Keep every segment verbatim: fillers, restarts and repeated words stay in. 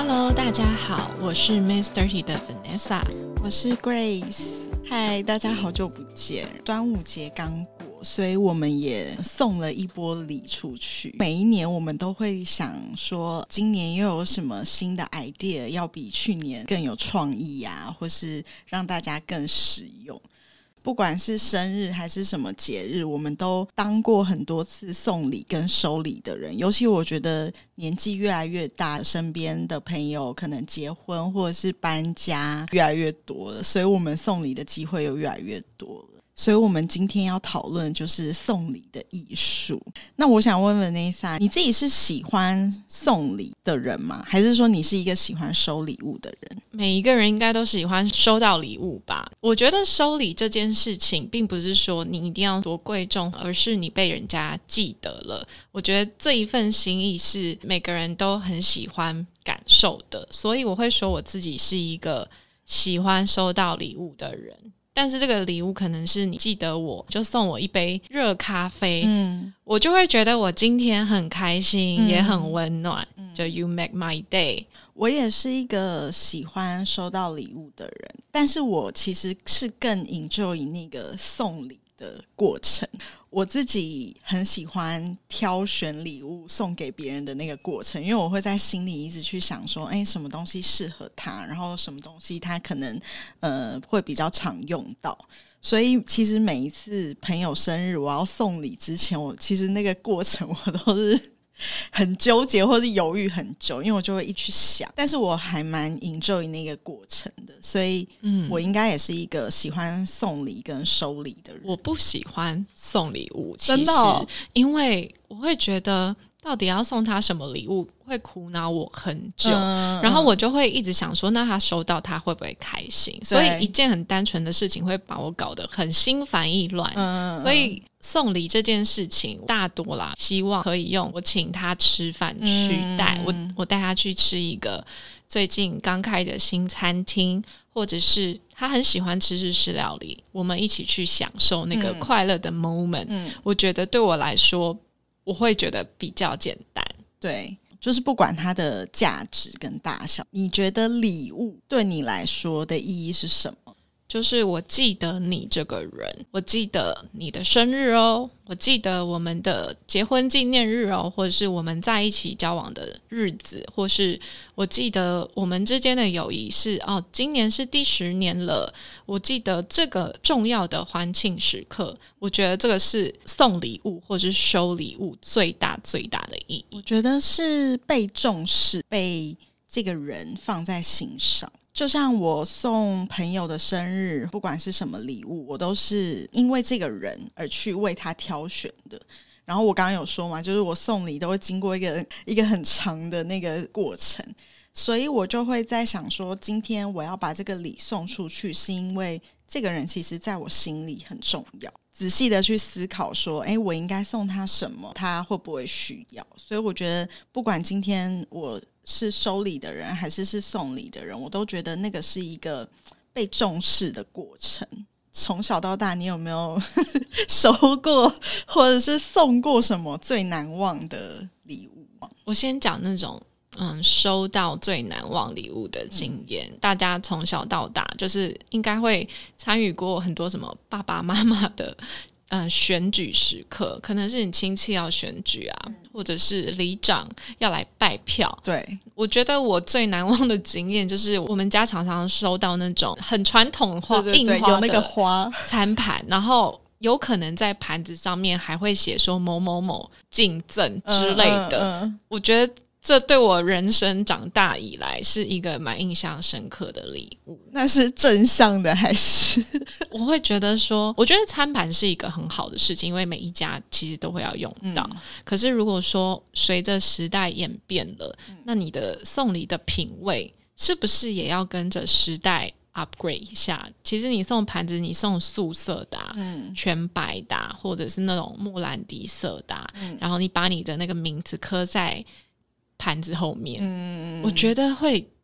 Hello， 大家好，我是 Miss Dirty 的 Vanessa， 我是 Grace。嗨，大家好久不见。端午节刚过，所以我们也送了一波礼出去。每一年我们都会想说，今年又有什么新的 idea 要比去年更有创意啊，或是让大家更实用。不管是生日还是什么节日，我们都当过很多次送礼跟收礼的人。尤其我觉得年纪越来越大，身边的朋友可能结婚或者是搬家越来越多了，所以我们送礼的机会又越来越多了。所以我们今天要讨论就是送礼的艺术。那我想问问 Vanessa， 你自己是喜欢送礼的人吗？还是说你是一个喜欢收礼物的人？ 每一个人应该都喜欢收到礼物吧。我觉得收礼这件事情并不是说你一定要多贵重，而是你被人家记得了。我觉得这一份心意是每个人都很喜欢感受的，所以我会说我自己是一个喜欢收到礼物的人。但是这个礼物可能是你记得我就送我一杯热咖啡，嗯，我就会觉得我今天很开心，嗯，也很温暖，嗯，就 You make my day。 我也是一个喜欢收到礼物的人，但是我其实是更 enjoy 那个送礼的过程。我自己很喜欢挑选礼物送给别人的那个过程，因为我会在心里一直去想说，哎，什么东西适合他，然后什么东西他可能呃会比较常用到。所以其实每一次朋友生日我要送礼之前，我其实那个过程我都是很纠结或是犹豫很久，因为我就会一直去想，但是我还蛮 enjoy 那个过程的，所以我应该也是一个喜欢送礼跟收礼的人。 我不喜欢送礼物，其实真的哦？ 因为我会觉得到底要送他什么礼物会苦恼我很久，嗯，然后我就会一直想说那他收到他会不会开心，所以一件很单纯的事情会把我搞得很心烦意乱，嗯，所以送礼这件事情大多啦希望可以用我请他吃饭取代，嗯，我我带他去吃一个最近刚开的新餐厅，或者是他很喜欢吃日式料理，我们一起去享受那个快乐的 moment，嗯嗯，我觉得对我来说我会觉得比较简单。 对，就是不管它的价值跟大小，你觉得礼物对你来说的意义是什么？ 就是我记得你这个人，我记得你的生日哦，我记得我们的结婚纪念日哦，或者是我们在一起交往的日子，或是我记得我们之间的友谊是哦，今年是第十年了，我记得这个重要的欢庆时刻。我觉得这个是送礼物或是收礼物最大最大的意义。 我觉得是被重视，被这个人放在心上。就像我送朋友的生日，不管是什么礼物，我都是因为这个人而去为他挑选的。然后我刚刚有说嘛，就是我送礼都会经过一个一个很长的那个过程，所以我就会在想说，今天我要把这个礼送出去，是因为这个人其实在我心里很重要。仔细的去思考说，哎，我应该送他什么，他会不会需要。所以我觉得不管今天我是收礼的人还是是送礼的人，我都觉得那个是一个被重视的过程。从小到大你有没有收过或者是送过什么最难忘的礼物？ 我先讲那种嗯，收到最难忘礼物的经验，嗯，大家从小到大就是应该会参与过很多什么爸爸妈妈的嗯选举时刻，可能是你亲戚要选举啊，嗯，或者是里长要来拜票。 对， 我觉得我最难忘的经验就是我们家常常收到那种很传统花对对对， 印花的有那个花餐盘，然后有可能在盘子上面还会写说某某某敬赠之类的，嗯嗯嗯，我觉得这对我人生长大以来是一个蛮印象深刻的礼物。 那是正向的还是？ 我会觉得说，我觉得餐盘是一个很好的事情，因为每一家其实都会要用到，嗯，可是如果说随着时代演变了，嗯，那你的送礼的品味是不是也要跟着时代upgrade 一下？其实你送盘子，你送素色的，啊嗯、全白的，啊，或者是那种莫兰迪色的，啊嗯、然后你把你的那个名字刻在盘子后面，嗯、我觉得会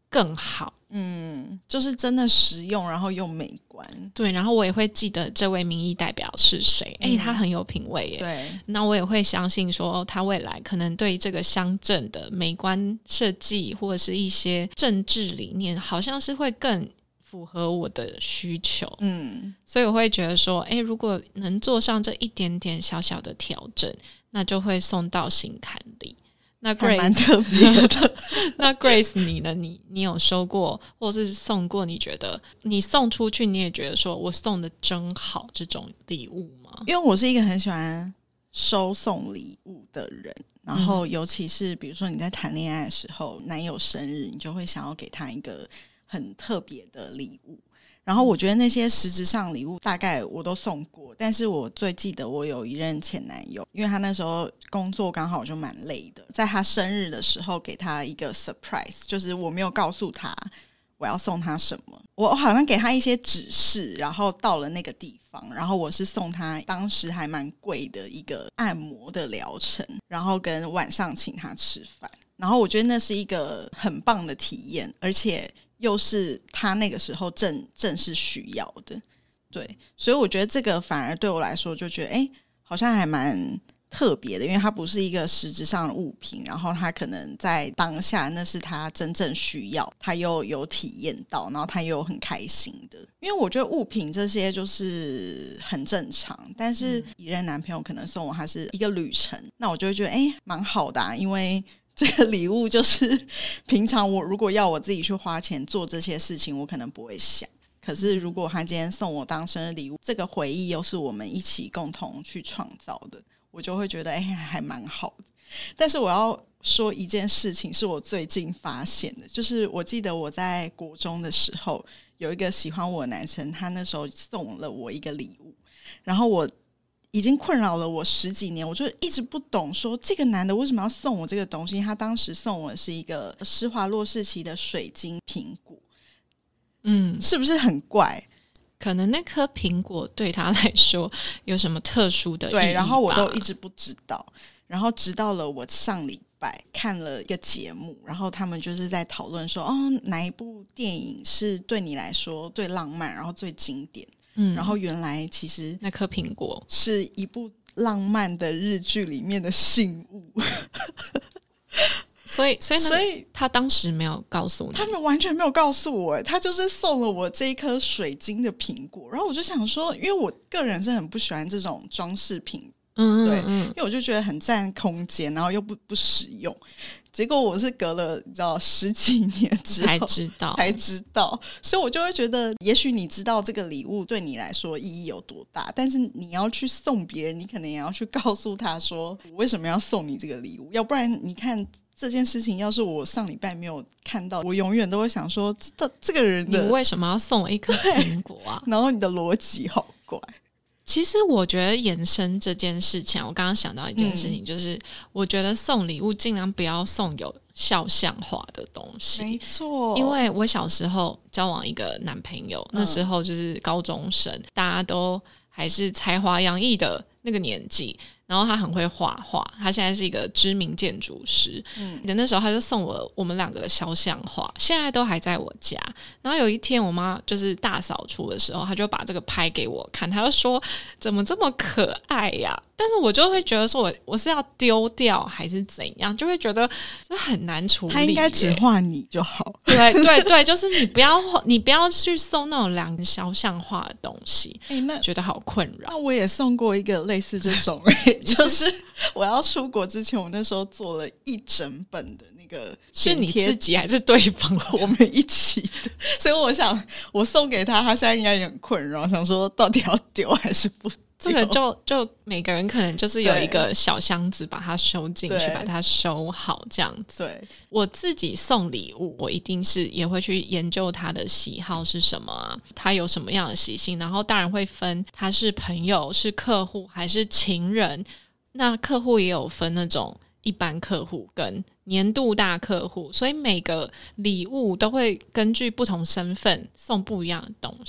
更好。 嗯，就是真的实用，然后又美观。 对，然后我也会记得这位民意代表是谁，哎、嗯，他很有品味耶。 对， 那我也会相信说，他未来可能对这个乡镇的美观设计或者是一些政治理念，好像是会更符合我的需求。嗯，所以我会觉得说，哎，如果能做上这一点点小小的调整，那就会送到心坎里。那 Grace 蛮特别的。 那 Grace 你呢？你你有收过或是送过你觉得你送出去你也觉得说我送的真好这种礼物吗？ 因为我是一个很喜欢收送礼物的人，然后尤其是比如说你在谈恋爱的时候，男友生日你就会想要给他一个很特别的礼物，然后我觉得那些实质上礼物大概我都送过，但是我最记得我有一任前男友，因为他那时候工作刚好就蛮累的，在他生日的时候给他一个 surprise， 就是我没有告诉他我要送他什么，我好像给他一些指示，然后到了那个地方，然后我是送他当时还蛮贵的一个按摩的疗程，然后跟晚上请他吃饭，然后我觉得那是一个很棒的体验，而且又是他那个时候正正是需要的。对，所以我觉得这个反而对我来说就觉得哎，好像还蛮特别的，因为它不是一个实质上的物品，然后他可能在当下那是他真正需要，他又有体验到，然后他又很开心的。因为我觉得物品这些就是很正常，但是一任男朋友可能送我他是一个旅程，那我就会觉得哎，蛮好的啊，因为这个礼物就是平常我如果要我自己去花钱做这些事情我可能不会想，可是如果他今天送我当生日礼物，这个回忆又是我们一起共同去创造的，我就会觉得哎，还蛮好的。但是我要说一件事情是我最近发现的，就是我记得我在国中的时候有一个喜欢我的男生，他那时候送了我一个礼物，然后我已经困扰了我十几年，我就一直不懂说这个男的为什么要送我这个东西。他当时送我的是一个施华洛世奇的水晶苹果，嗯，是不是很怪？ 可能那颗苹果对他来说有什么特殊的意义吧。 对，然后我都一直不知道，然后直到了我上礼拜看了一个节目，然后他们就是在讨论说哦，哪一部电影是对你来说最浪漫然后最经典，嗯，然后原来其实那颗苹果是一部浪漫的日剧里面的信物所以所以所以他当时没有告诉你？ 他们完全没有告诉我，他就是送了我这一颗水晶的苹果，然后我就想说，因为我个人是很不喜欢这种装饰品，嗯，对，因为我就觉得很占空间，然后又不不实用。结果我是隔了你知道十几年之后才知道才知道，所以我就会觉得也许你知道这个礼物对你来说意义有多大，但是你要去送别人，你可能也要去告诉他说我为什么要送你这个礼物，要不然你看这件事情要是我上礼拜没有看到，我永远都会想说这这个人的你为什么要送我一颗苹果啊？ 然后你的逻辑好怪。 其实我觉得延伸这件事情，我刚刚想到一件事情，嗯，就是我觉得送礼物尽量不要送有肖像化的东西。 没错， 因为我小时候交往一个男朋友，嗯，那时候就是高中生，大家都还是才华洋溢的那个年纪，然后他很会画画，他现在是一个知名建筑师。嗯，那时候他就送我我们两个的肖像画，现在都还在我家。然后有一天我妈就是大扫除的时候，他就把这个拍给我看，他就说怎么这么可爱呀？但是我就会觉得说我我是要丢掉还是怎样，就会觉得这很难处理。 他应该只画你就好。 对对对，就是你不要你不要去送那种两个肖像画的东西，欸，那觉得好困扰。 那我也送过一个类似这种就是我要出国之前，我那时候做了一整本的那个， 是你自己还是对方？ 我们一起的，所以我想我送给他，他现在应该也很困扰，想说到底要丢还是不丢。 这个就就每个人可能就是有一个小箱子，把它收进去，把它收好这样子。 对， 我自己送礼物，我一定是也会去研究他的喜好是什么啊，他有什么样的习性，然后当然会分他是朋友、是客户还是情人。那客户也有分那种一般客户跟年度大客户，所以每个礼物都会根据不同身份送不一样的东西。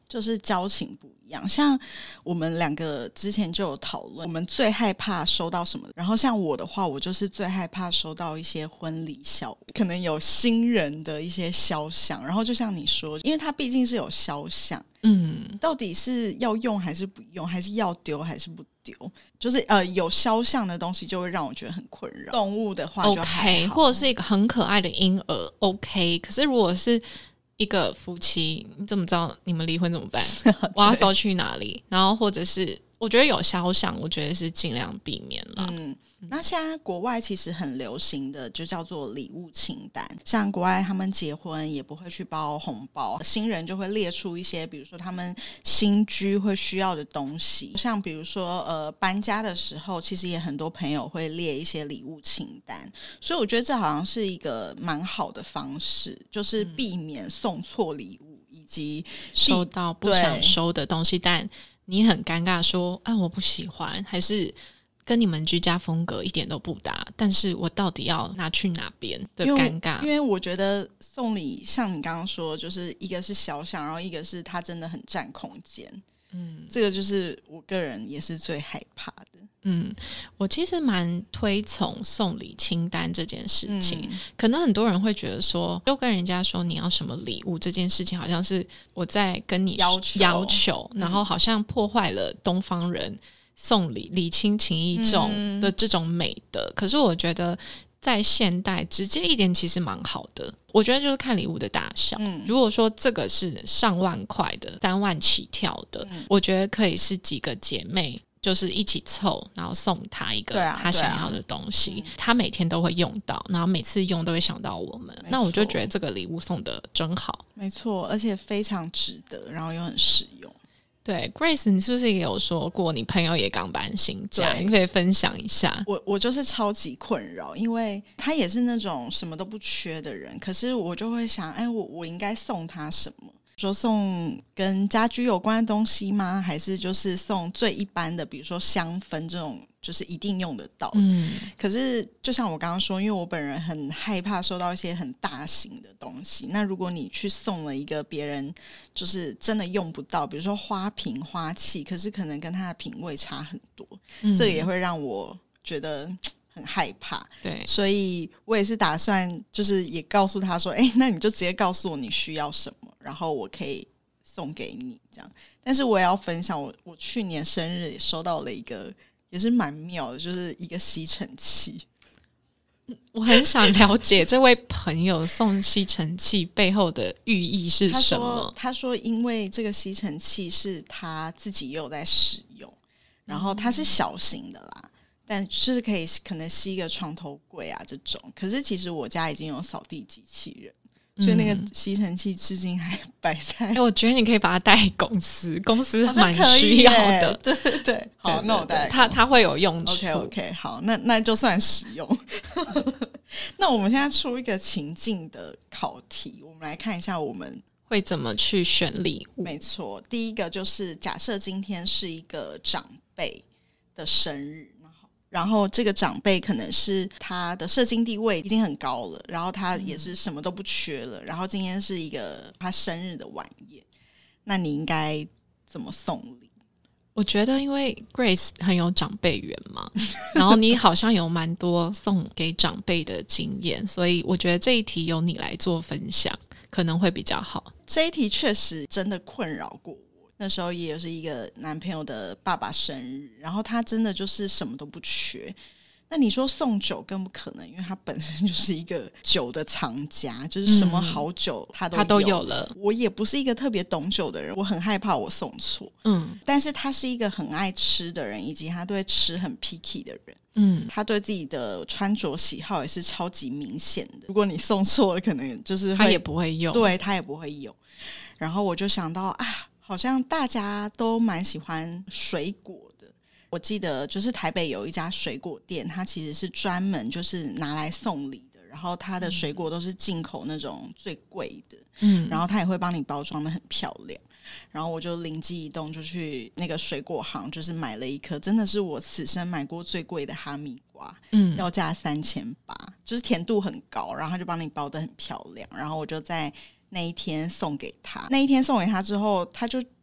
就是交情不一样。像我们两个之前就有讨论，我们最害怕收到什么，然后像我的话，我就是最害怕收到一些婚礼小可能有新人的一些肖像，然后就像你说，因为它毕竟是有肖像，嗯，到底是要用还是不用，还是要丢还是不丢，就是呃有肖像的东西就会让我觉得很困扰。动物的话就还好 OK， 或者是一个很可爱的婴儿 OK， 可是如果是一个夫妻，你怎么知道你们离婚怎么办？我要收去哪里？然后或者是我觉得有肖像，我觉得是尽量避免了。 嗯，那现在国外其实很流行的就叫做礼物清单，像国外他们结婚也不会去包红包，新人就会列出一些比如说他们新居会需要的东西，像比如说呃搬家的时候，其实也很多朋友会列一些礼物清单，所以我觉得这好像是一个蛮好的方式，就是避免送错礼物以及收到不想收的东西，但你很尴尬说啊我不喜欢，还是跟你们居家风格一点都不搭，但是我到底要拿去哪边的尴尬。 因为我觉得送礼像你刚刚说，就是一个是肖像，然后一个是它真的很占空间，嗯，这个就是我个人也是最害怕的。 嗯，我其实蛮推崇送礼清单这件事情、嗯、可能很多人会觉得说就跟人家说你要什么礼物这件事情好像是我在跟你要求, 要求然后好像破坏了东方人送礼礼轻情意重的这种美德、嗯、可是我觉得在现代直接一点其实蛮好的，我觉得就是看礼物的大小、嗯、如果说这个是上万块的三万起跳的、嗯、我觉得可以是几个姐妹就是一起凑然后送他一个他想要的东西、啊啊、他每天都会用到，然后每次用都会想到我们，那我就觉得这个礼物送的真好。 没错，而且非常值得，然后又很实用。 对 Grace 你是不是也有说过你朋友也刚搬新家，你可以分享一下。 我我就是超级困扰，因为他也是那种什么都不缺的人，可是我就会想哎，我我应该送他什么，说送跟家居有关的东西吗？还是就是送最一般的比如说香氛这种就是一定用得到的、嗯、可是就像我刚刚说，因为我本人很害怕收到一些很大型的东西，那如果你去送了一个别人就是真的用不到，比如说花瓶花器，可是可能跟他的品味差很多、嗯、这也会让我觉得很害怕。 对， 所以我也是打算就是也告诉他说哎，那你就直接告诉我你需要什么，然后我可以送给你这样。但是我也要分享我我去年生日也收到了一个也是蛮妙的，就是一个吸尘器。 我很想了解这位朋友送吸尘器背后的寓意是什么。 他说他说因为这个吸尘器是他自己也有在使用，然后它是小型的啦、嗯、但就是可以可能吸一个床头柜啊这种，可是其实我家已经有扫地机器人，所以那个吸尘器至今还摆在、 欸、我觉得你可以把它带公司，公司蛮需要的。 对对对，好，对对对，那我带它它会有用处。 OK OK， 好，那那就算实用。那我们现在出一个情境的考题，我们来看一下我们会怎么去选礼物。 没错，第一个就是假设今天是一个长辈的生日，然后这个长辈可能是他的社经地位已经很高了，然后他也是什么都不缺了、嗯、然后今天是一个他生日的晚宴，那你应该怎么送礼？ 我觉得因为 Grace 很有长辈缘嘛然后你好像有蛮多送给长辈的经验，所以我觉得这一题由你来做分享可能会比较好。 这一题确实真的困扰过我，那时候也是一个男朋友的爸爸生日，然后他真的就是什么都不缺，那你说送酒更不可能，因为他本身就是一个酒的藏家，就是什么好酒他都有、嗯、他都有了。我也不是一个特别懂酒的人，我很害怕我送错，嗯，但是他是一个很爱吃的人，以及他对吃很 picky 的人，嗯，他对自己的穿着喜好也是超级明显的，如果你送错了可能就是会他也不会用， 对，他也不会用。然后我就想到啊，好像大家都蛮喜欢水果的，我记得就是台北有一家水果店，它其实是专门就是拿来送礼的，然后它的水果都是进口那种最贵的，嗯，然后它也会帮你包装得很漂亮，然后我就灵机一动就去那个水果行，就是买了一颗真的是我此生买过最贵的哈密瓜，嗯，要价三千八，就是甜度很高，然后他就帮你包得很漂亮，然后我就在那一天送给他，那一天送给他之后，他就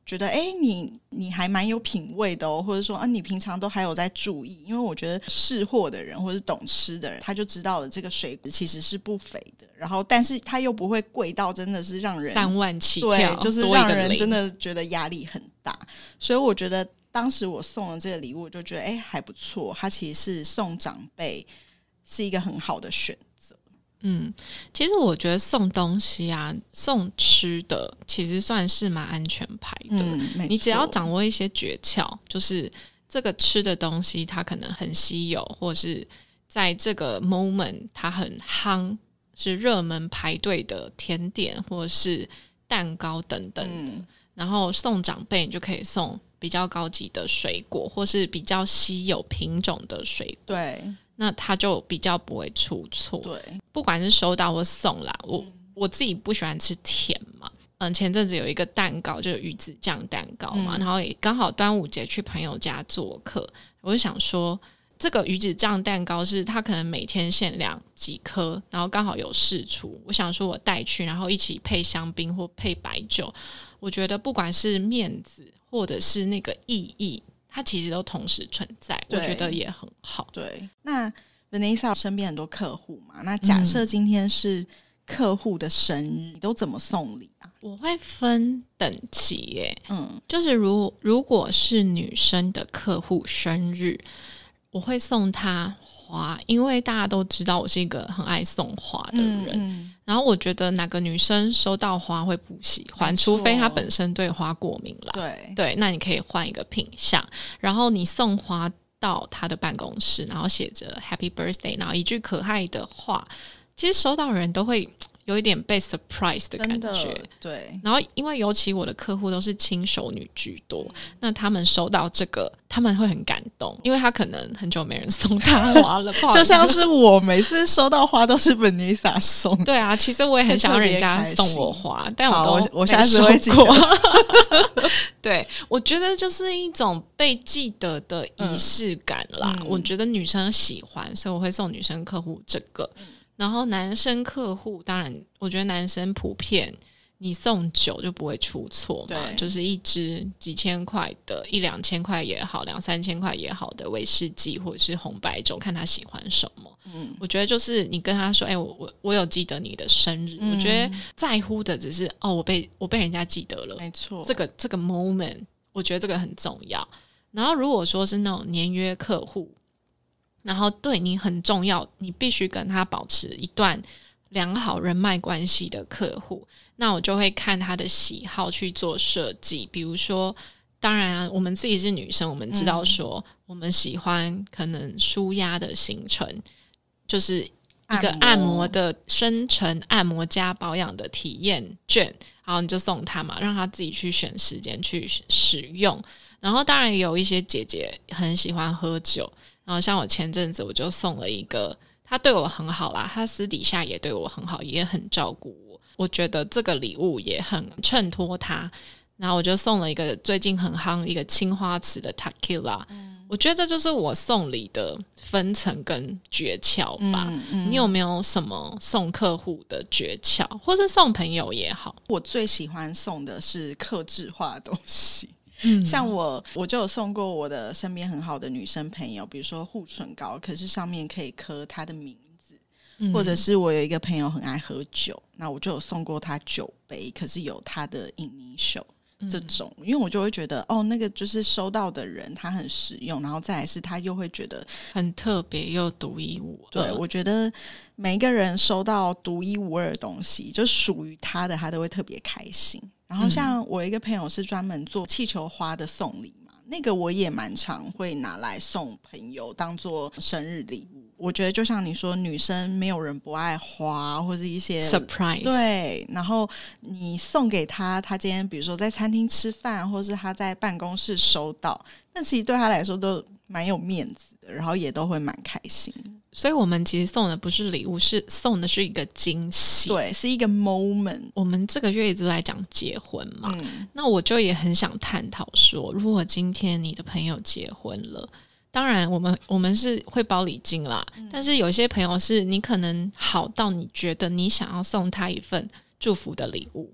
觉得哎，你你还蛮有品味的哦，或者说啊，你平常都还有在注意。因为我觉得识货的人或者是懂吃的人，他就知道了这个水果其实是不菲的，然后但是他又不会贵到真的是让人三万起跳， 对，就是让人真的觉得压力很大。所以我觉得当时我送了这个礼物，我就觉得哎还不错，它其实是送长辈是一个很好的选择。 嗯，其实我觉得送东西啊，送吃的其实算是蛮安全牌的、嗯、你只要掌握一些诀窍，就是这个吃的东西它可能很稀有，或是在这个 moment 它很夯，是热门排队的甜点或是蛋糕等等的、嗯、然后送长辈你就可以送比较高级的水果，或是比较稀有品种的水果， 对， 那他就比较不会出错。 对， 不管是收到或送啦，我、嗯、我自己不喜欢吃甜嘛，嗯，前阵子有一个蛋糕就是鱼子酱蛋糕嘛、嗯、然后也刚好端午节去朋友家做客，我就想说这个鱼子酱蛋糕是他可能每天限量几颗，然后刚好有释出，我想说我带去，然后一起配香槟或配白酒，我觉得不管是面子或者是那个意义，它其实都同时存在，我觉得也很好。 对，那 Vanessa 身边很多客户嘛，那假设今天是客户的生日、嗯、你都怎么送礼啊？ 我会分等级耶，嗯，就是如如果是女生的客户生日，我会送她花，因为大家都知道我是一个很爱送花的人、嗯嗯、然后我觉得哪个女生收到花会不喜欢，除非她本身对花过敏啦， 对对，那你可以换一个品项，然后你送花到她的办公室，然后写着 Happy Birthday， 然后一句可爱的话，其实收到人都会有一点被 surprise 的感觉， 对。 然后因为尤其我的客户都是轻熟女居多、嗯、那他们收到这个他们会很感动，因为他可能很久没人送他花了就像是我每次收到花都是 Vanessa 送， 对啊，其实我也很想让人家送我花，但我都我, 我下次会记得对，我觉得就是一种被记得的仪式感啦、嗯、我觉得女生喜欢，所以我会送女生客户这个、嗯，然后男生客户当然我觉得男生普遍你送酒就不会出错嘛，就是一支几千块的，一两千块也好，两三千块也好的威士忌或者是红白酒，看他喜欢什么、嗯、我觉得就是你跟他说哎、欸，我我我有记得你的生日、嗯、我觉得在乎的只是哦，我被我被人家记得了， 没错， 这个这个 moment 我觉得这个很重要。然后如果说是那种年约客户，然后对你很重要，你必须跟他保持一段良好人脉关系的客户，那我就会看他的喜好去做设计。比如说当然啊，我们自己是女生，我们知道说我们喜欢可能舒压的行程、嗯、就是一个按摩的深层按摩加保养的体验券，然后你就送他嘛，让他自己去选时间去使用。然后当然有一些姐姐很喜欢喝酒，然后像我前阵子我就送了一个，他对我很好啦，他私底下也对我很好，也很照顾我，我觉得这个礼物也很衬托他。然后我就送了一个最近很夯一个青花瓷的 tequila、嗯、我觉得这就是我送礼的分层跟诀窍吧、嗯嗯、你有没有什么送客户的诀窍，或是送朋友也好？ 我最喜欢送的是客制化的东西，嗯，像我我就有送过我的身边很好的女生朋友，比如说护唇膏，可是上面可以刻她的名字、嗯、或者是我有一个朋友很爱喝酒，那我就有送过她酒杯，可是有她的 initial 这种、嗯、因为我就会觉得哦，那个就是收到的人他很实用，然后再来是他又会觉得很特别又独一无二。 对，我觉得每一个人收到独一无二的东西就属于他的，他都会特别开心。然后像我一个朋友是专门做气球花的送礼嘛，那个我也蛮常会拿来送朋友当做生日礼物。我觉得就像你说，女生没有人不爱花或是一些 surprise， 对，然后你送给他，他今天比如说在餐厅吃饭，或是他在办公室收到，那其实对他来说都蛮有面子的，然后也都会蛮开心。 所以我们其实送的不是礼物，是送的是一个惊喜， 对，是一个 moment。 我们这个月一直在讲结婚嘛、嗯、那我就也很想探讨说，如果今天你的朋友结婚了，当然我们我们是会包礼金啦、嗯、但是有些朋友是你可能好到你觉得你想要送他一份祝福的礼物，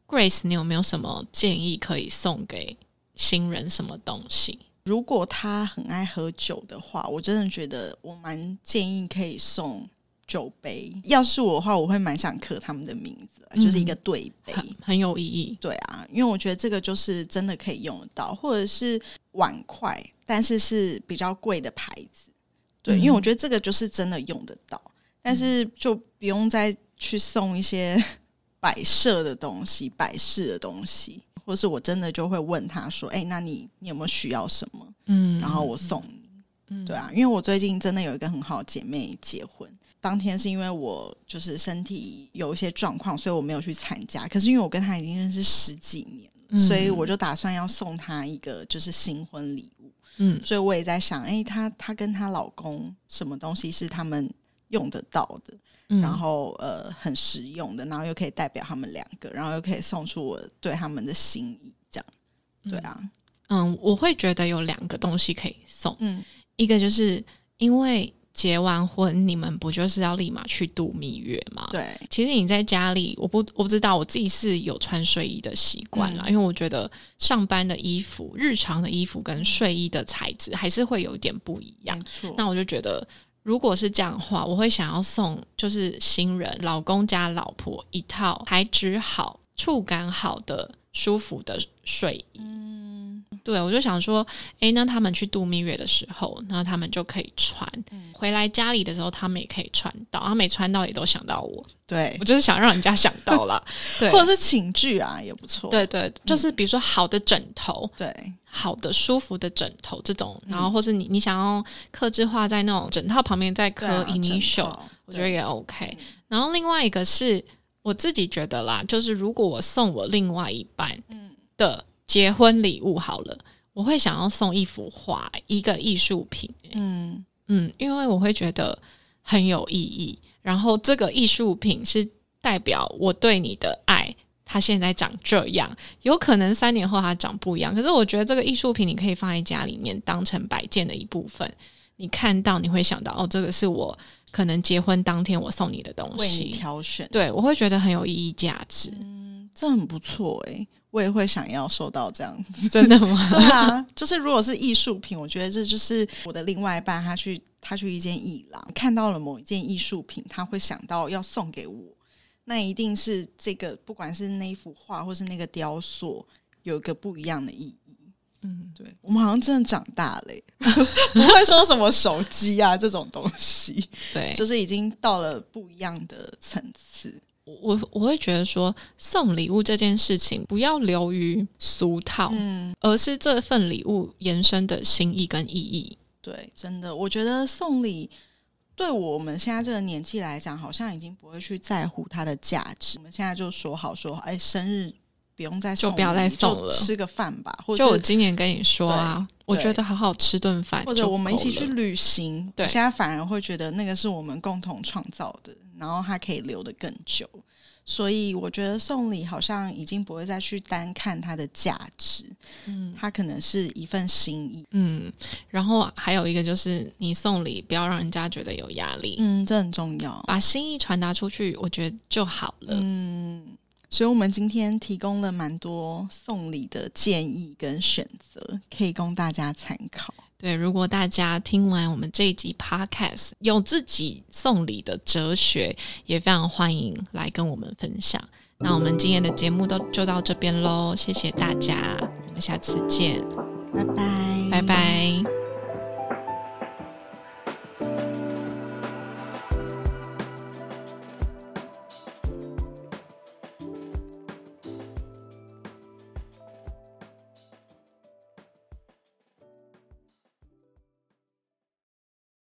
Grace 你有没有什么建议可以送给新人什么东西？ 如果他很爱喝酒的话，我真的觉得我蛮建议可以送酒杯。要是我的话，我会蛮想刻他们的名字、嗯、就是一个对杯， 很, 很有意义。 对啊，因为我觉得这个就是真的可以用得到，或者是碗筷，但是是比较贵的牌子。对、嗯、因为我觉得这个就是真的用得到，但是就不用再去送一些摆设的东西，摆饰的东西，或是我真的就会问他说哎、欸，那你你有没有需要什么，嗯，然后我送你、嗯、对啊，因为我最近真的有一个很好的姐妹结婚，当天是因为我就是身体有一些状况，所以我没有去参加，可是因为我跟她已经认识十几年了、嗯、所以我就打算要送她一个就是新婚礼物，嗯，所以我也在想哎、欸，她她跟她老公什么东西是他们用得到的，嗯、然后呃很实用的，然后又可以代表他们两个，然后又可以送出我对他们的心意，这样。对啊， 嗯，我会觉得有两个东西可以送，嗯，一个就是因为结完婚你们不就是要立马去度蜜月吗？ 对， 其实你在家里，我不我不知道，我自己是有穿睡衣的习惯啦、嗯、因为我觉得上班的衣服、日常的衣服跟睡衣的材质还是会有一点不一样，没错。那我就觉得如果是这样的话，我会想要送就是新人老公加老婆一套材质好、触感好的舒服的睡衣。嗯，对，我就想说诶，那他们去度蜜月的时候，那他们就可以穿、嗯、回来家里的时候他们也可以穿到，他没穿到也都想到我。对，我就是想让人家想到啦对， 或者是寝具啊也不错。 对对，就是比如说好的枕头、嗯、 对， 好的舒服的枕头这种，然后或是你你想要客制化在那种枕套旁边再刻 initial、啊、我觉得也 OK、嗯、然后另外一个是我自己觉得啦，就是如果我送我另外一半的结婚礼物好了，我会想要送一幅画，一个艺术品。嗯嗯，因为我会觉得很有意义，然后这个艺术品是代表我对你的爱，它现在长这样，有可能三年后它长不一样，可是我觉得这个艺术品你可以放在家里面当成摆件的一部分，你看到你会想到哦，这个是我可能结婚当天我送你的东西， 为你挑选。对， 我会觉得很有意义价值。 嗯，这很不错耶，我也会想要收到这样子。 真的吗？ 对啊，就是如果是艺术品，我觉得这就是我的另外一半，他去他去一间艺廊看到了某一件艺术品，他会想到要送给我，那一定是这个不管是那一幅画或是那个雕塑有一个不一样的意义。嗯，对，我们好像真的长大了耶不会说什么手机啊这种东西，对，就是已经到了不一样的层次。 我我会觉得说送礼物这件事情不要流于俗套、嗯、而是这份礼物延伸的心意跟意义。 对，真的我觉得送礼对我们现在这个年纪来讲好像已经不会去在乎它的价值，我们现在就说好说哎，生日不用再送， 就不要再送了， 就吃个饭吧，或者就我今年跟你说啊，我觉得好好吃顿饭， 或者我们一起去旅行，对，现在反而会觉得那个是我们共同创造的，然后它可以留得更久，所以我觉得送礼好像已经不会再去单看它的价值，嗯，它可能是一份心意。 嗯，然后还有一个就是你送礼不要让人家觉得有压力， 嗯，这很重要， 把心意传达出去我觉得就好了。 嗯，所以我们今天提供了蛮多送礼的建议跟选择，可以供大家参考。 对，如果大家听完我们这一集 podcast 有自己送礼的哲学，也非常欢迎来跟我们分享。那我们今天的节目都就到这边咯，谢谢大家，我们下次见， 拜拜， 拜拜。